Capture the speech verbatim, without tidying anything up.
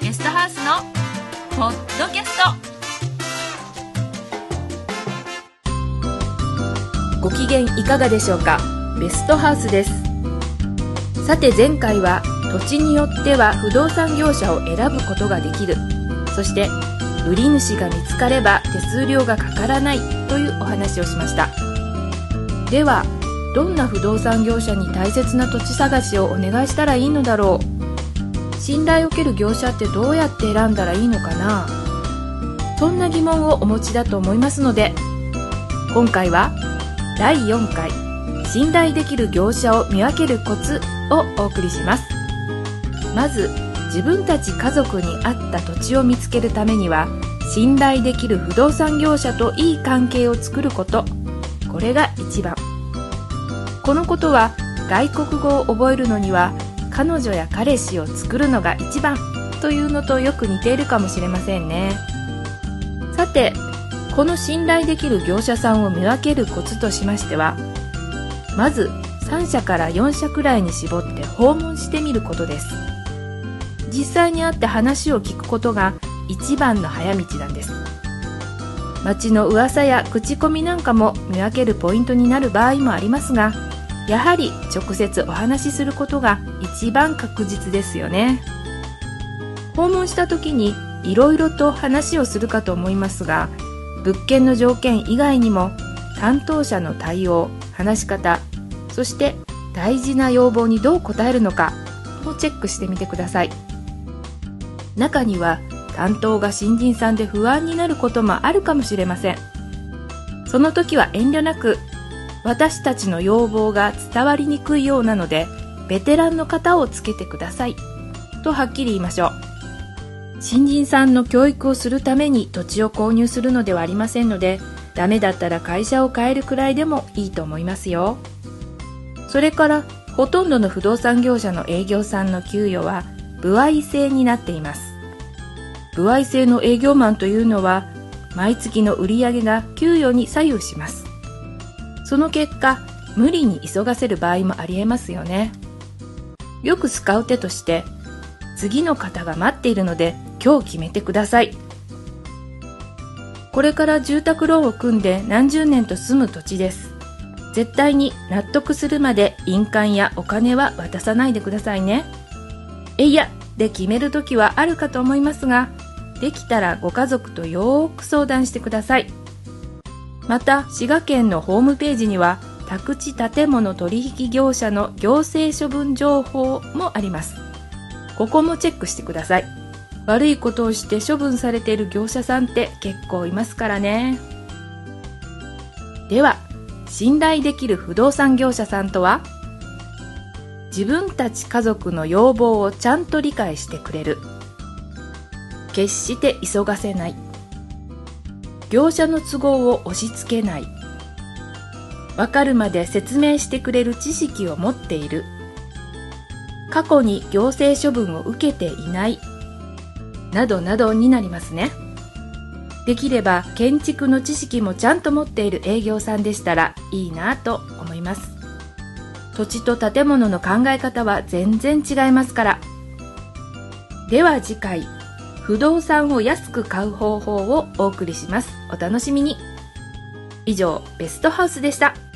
ゲストハウスのポッドキャスト。ご機嫌いかがでしょうか。ベストハウスです。さて前回は土地によっては不動産業者を選ぶことができる、そして売り主が見つかれば手数料がかからないというお話をしました。ではどんな不動産業者に大切な土地探しをお願いしたらいいのだろう。信頼を受ける業者ってどうやって選んだらいいのかな。そんな疑問をお持ちだと思いますので、今回はだいよんかい信頼できる業者を見分けるコツをお送りします。まず自分たち家族に合った土地を見つけるためには、信頼できる不動産業者といい関係を作ること、これが一番。このことは外国語を覚えるのには彼女や彼氏を作るのが一番というのとよく似ているかもしれませんね。さてこの信頼できる業者さんを見分けるコツとしましては、まずさんしゃからよんしゃくらいに絞って訪問してみることです。実際に会って話を聞くことが一番の早道なんです。街の噂や口コミなんかも見分けるポイントになる場合もありますが、やはり直接お話しすることが一番確実ですよね。訪問した時にいろいろと話をするかと思いますが、物件の条件以外にも担当者の対応、話し方、そして大事な要望にどう応えるのかをチェックしてみてください。中には担当が新人さんで不安になることもあるかもしれません。その時は遠慮なく、私たちの要望が伝わりにくいようなのでベテランの方をつけてくださいとはっきり言いましょう。新人さんの教育をするために土地を購入するのではありませんので、ダメだったら会社を変えるくらいでもいいと思いますよ。それからほとんどの不動産業者の営業さんの給与は歩合制になっています。歩合制の営業マンというのは毎月の売り上げが給与に左右します。その結果、無理に急がせる場合もありえますよね。よく使う手として、次の方が待っているので今日決めてください。これから住宅ローンを組んで何十年と住む土地です。絶対に納得するまで印鑑やお金は渡さないでくださいね。えいやで決めるときはあるかと思いますが、できたらご家族とよーく相談してください。また滋賀県のホームページには宅地建物取引業者の行政処分情報もあります。ここもチェックしてください。悪いことをして処分されている業者さんって結構いますからね。では信頼できる不動産業者さんとは、自分たち家族の要望をちゃんと理解してくれる、決して急がせない、業者の都合を押し付けない、わかるまで説明してくれる知識を持っている、過去に行政処分を受けていない、などなどになりますね。できれば建築の知識もちゃんと持っている営業さんでしたらいいなと思います。土地と建物の考え方は全然違いますから。では次回、不動産を安く買う方法をお送りします。お楽しみに。以上、ベストハウスでした。